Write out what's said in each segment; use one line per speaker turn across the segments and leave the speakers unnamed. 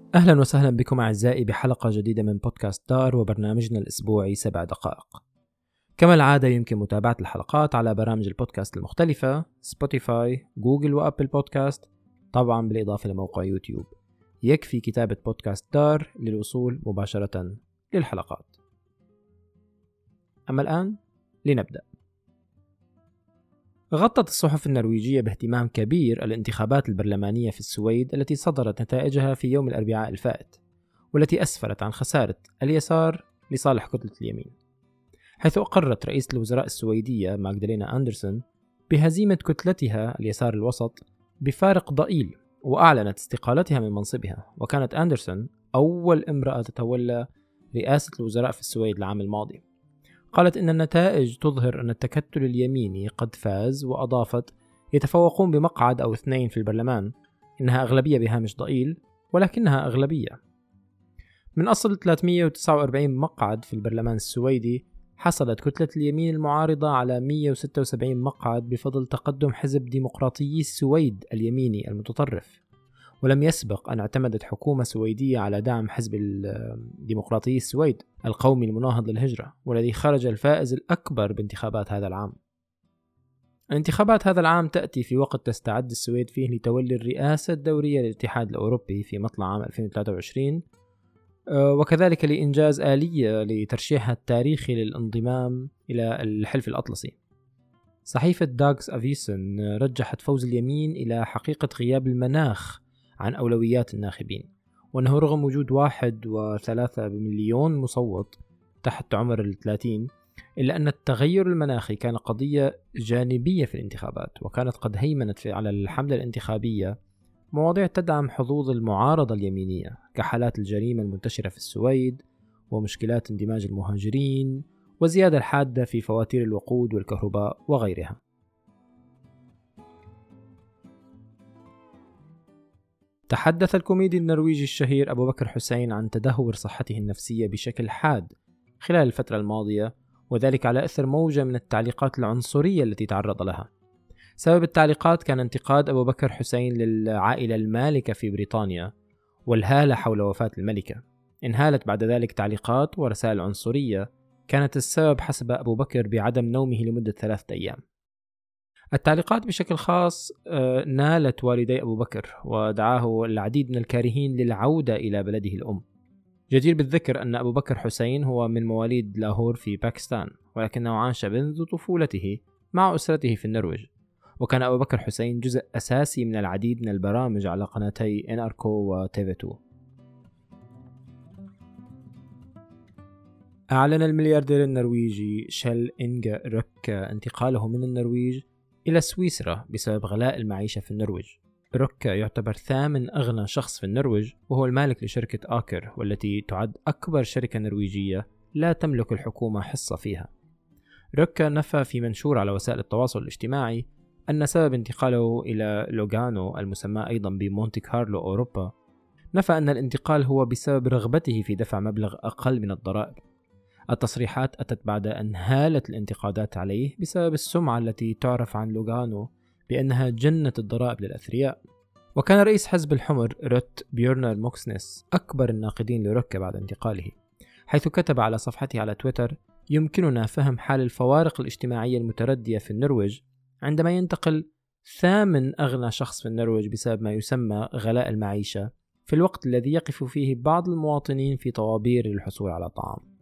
أهلا وسهلا بكم أعزائي بحلقة جديدة من بودكاست دار وبرنامجنا الأسبوعي 7 دقائق. كما العادة يمكن متابعة الحلقات على برامج البودكاست المختلفة سبوتيفاي، جوجل وأبل بودكاست، طبعا بالإضافة لموقع يوتيوب. يكفي كتابة بودكاست دار للوصول مباشرة للحلقات. أما الآن لنبدأ. غطت الصحف النرويجية باهتمام كبير الانتخابات البرلمانية في السويد التي صدرت نتائجها في يوم الأربعاء الفائت، والتي أسفرت عن خسارة اليسار لصالح كتلة اليمين، حيث أقرت رئيسة الوزراء السويدية ماغدالينا أندرسون بهزيمة كتلتها اليسار الوسط بفارق ضئيل، وأعلنت استقالتها من منصبها. وكانت أندرسون أول امرأة تتولى رئاسة الوزراء في السويد العام الماضي. قالت إن النتائج تظهر أن التكتل اليميني قد فاز، وأضافت: يتفوقون بمقعد أو 2 في البرلمان، إنها أغلبية بهامش ضئيل ولكنها أغلبية. من أصل 349 مقعد في البرلمان السويدي، حصلت كتلة اليمين المعارضة على 176 مقعد بفضل تقدم حزب ديمقراطيي السويد اليميني المتطرف. ولم يسبق أن اعتمدت حكومة سويدية على دعم حزب الديمقراطي السويد القومي المناهض للهجرة، والذي خرج الفائز الأكبر بانتخابات هذا العام. الانتخابات هذا العام تأتي في وقت تستعد السويد فيه لتولي الرئاسة الدورية للاتحاد الأوروبي في مطلع عام 2023، وكذلك لإنجاز آلية لترشيحها التاريخي للانضمام إلى الحلف الأطلسي. صحيفة داغس أفيسن رجحت فوز اليمين إلى حقيقة غياب المناخ عن أولويات الناخبين، وأنه رغم وجود 1.3 مليون مصوت تحت عمر 30، إلا أن التغير المناخي كان قضية جانبية في الانتخابات، وكانت قد هيمنت على الحملة الانتخابية مواضيع تدعم حظوظ المعارضة اليمينية، كحالات الجريمة المنتشرة في السويد، ومشكلات اندماج المهاجرين، والزيادة الحادة في فواتير الوقود والكهرباء وغيرها. تحدث الكوميدي النرويجي الشهير أبو بكر حسين عن تدهور صحته النفسية بشكل حاد خلال الفترة الماضية، وذلك على أثر موجة من التعليقات العنصرية التي تعرض لها. سبب التعليقات كان انتقاد أبو بكر حسين للعائلة المالكة في بريطانيا والهالة حول وفاة الملكة. انهالت بعد ذلك تعليقات ورسائل عنصرية كانت السبب حسب أبو بكر بعدم نومه لمدة 3 أيام. التعليقات بشكل خاص نالت والدي أبو بكر، ودعاه العديد من الكارهين للعودة إلى بلده الأم. جدير بالذكر أن أبو بكر حسين هو من مواليد لاهور في باكستان، ولكنه عاش منذ طفولته مع أسرته في النرويج. وكان أبو بكر حسين جزء أساسي من العديد من البرامج على قناتي إناركو وتيفي 2. أعلن الملياردير النرويجي شيل إنجا روكا انتقاله من النرويج إلى سويسرا بسبب غلاء المعيشة في النرويج. روكا يعتبر 8 أغنى شخص في النرويج، وهو المالك لشركة آكر، والتي تعد أكبر شركة نرويجية لا تملك الحكومة حصة فيها. روكا نفى في منشور على وسائل التواصل الاجتماعي أن سبب انتقاله إلى لوغانو المسمى أيضا بمونتي كارلو أوروبا، نفى أن الانتقال هو بسبب رغبته في دفع مبلغ أقل من الضرائب. التصريحات أتت بعد أن هالت الانتقادات عليه بسبب السمعة التي تعرف عن لوغانو بأنها جنة الضرائب للأثرياء. وكان رئيس حزب الحمر روت بيورنر موكسنس أكبر الناقدين لروكا بعد انتقاله، حيث كتب على صفحته على تويتر: يمكننا فهم حال الفوارق الاجتماعية المتردية في النرويج عندما ينتقل 8 أغنى شخص في النرويج بسبب ما يسمى غلاء المعيشة، في الوقت الذي يقف فيه بعض المواطنين في طوابير للحصول على طعام.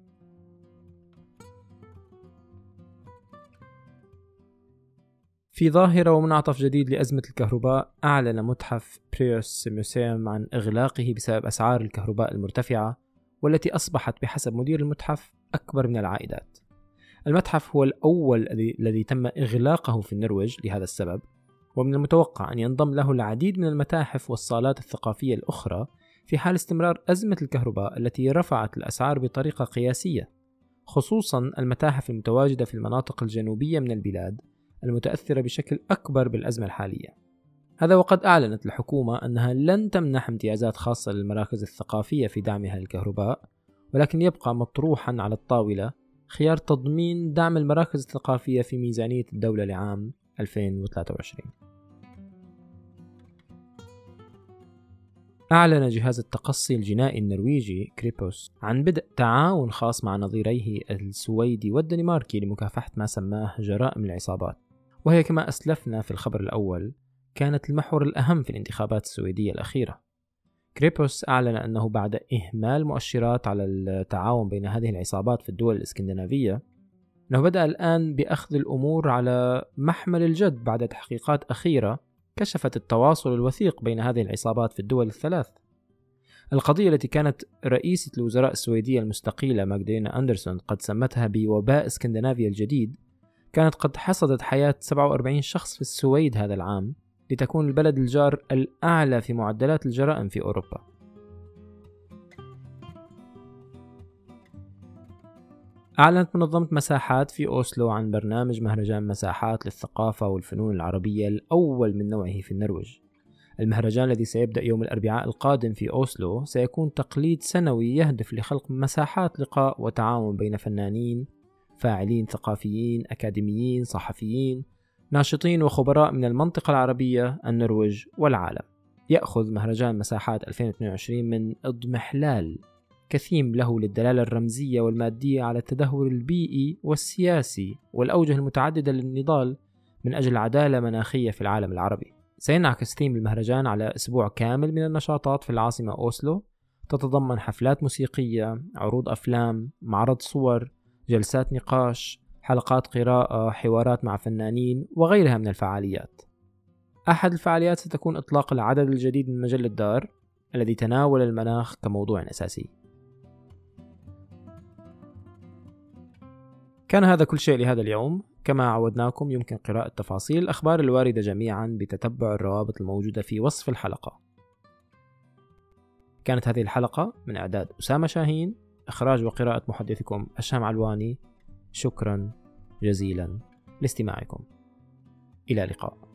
في ظاهرة ومنعطف جديد لأزمة الكهرباء، أعلن متحف بريوس موسيوم عن إغلاقه بسبب أسعار الكهرباء المرتفعة، والتي أصبحت بحسب مدير المتحف أكبر من العائدات. المتحف هو الأول الذي تم إغلاقه في النرويج لهذا السبب، ومن المتوقع أن ينضم له العديد من المتاحف والصالات الثقافية الأخرى في حال استمرار أزمة الكهرباء التي رفعت الأسعار بطريقة قياسية، خصوصا المتاحف المتواجدة في المناطق الجنوبية من البلاد المتأثرة بشكل أكبر بالأزمة الحالية. هذا وقد أعلنت الحكومة أنها لن تمنح امتيازات خاصة للمراكز الثقافية في دعمها للكهرباء، ولكن يبقى مطروحا على الطاولة خيار تضمين دعم المراكز الثقافية في ميزانية الدولة لعام 2023. أعلن جهاز التقصي الجنائي النرويجي كريبوس عن بدء تعاون خاص مع نظيريه السويدي والدنماركي لمكافحة ما سماه جرائم العصابات، وهي كما أسلفنا في الخبر الأول كانت المحور الأهم في الانتخابات السويدية الأخيرة. كريبوس أعلن أنه بعد إهمال مؤشرات على التعاون بين هذه العصابات في الدول الإسكندنافية، أنه بدأ الآن بأخذ الأمور على محمل الجد بعد تحقيقات أخيرة كشفت التواصل الوثيق بين هذه العصابات في الدول الثلاث. القضية التي كانت رئيسة الوزراء السويدية المستقيلة ماغدالينا أندرسون قد سمتها بوباء اسكندنافيا الجديد، كانت قد حصدت حياة 47 شخص في السويد هذا العام، لتكون البلد الجار الأعلى في معدلات الجرائم في أوروبا. أعلنت منظمة مساحات في أوسلو عن برنامج مهرجان مساحات للثقافة والفنون العربية الأول من نوعه في النرويج. المهرجان الذي سيبدأ يوم الأربعاء القادم في أوسلو سيكون تقليد سنوي يهدف لخلق مساحات لقاء وتعاون بين فنانين، فاعلين ثقافيين، أكاديميين، صحفيين، ناشطين وخبراء من المنطقة العربية، النرويج والعالم. يأخذ مهرجان مساحات 2022 من اضمحلال كثيم له للدلالة الرمزية والمادية على التدهور البيئي والسياسي والأوجه المتعددة للنضال من أجل عدالة مناخية في العالم العربي. سينعكس ثيم المهرجان على أسبوع كامل من النشاطات في العاصمة أوسلو، تتضمن حفلات موسيقية، عروض أفلام، معرض صور، جلسات نقاش، حلقات قراءة، حوارات مع فنانين وغيرها من الفعاليات. أحد الفعاليات ستكون إطلاق العدد الجديد من مجلة دار الذي تناول المناخ كموضوع أساسي. كان هذا كل شيء لهذا اليوم. كما عودناكم يمكن قراءة تفاصيل الأخبار الواردة جميعا بتتبع الروابط الموجودة في وصف الحلقة. كانت هذه الحلقة من إعداد أسامة شاهين، إخراج وقراءة محدثكم هشام علواني. شكرا جزيلا لاستماعكم. إلى اللقاء.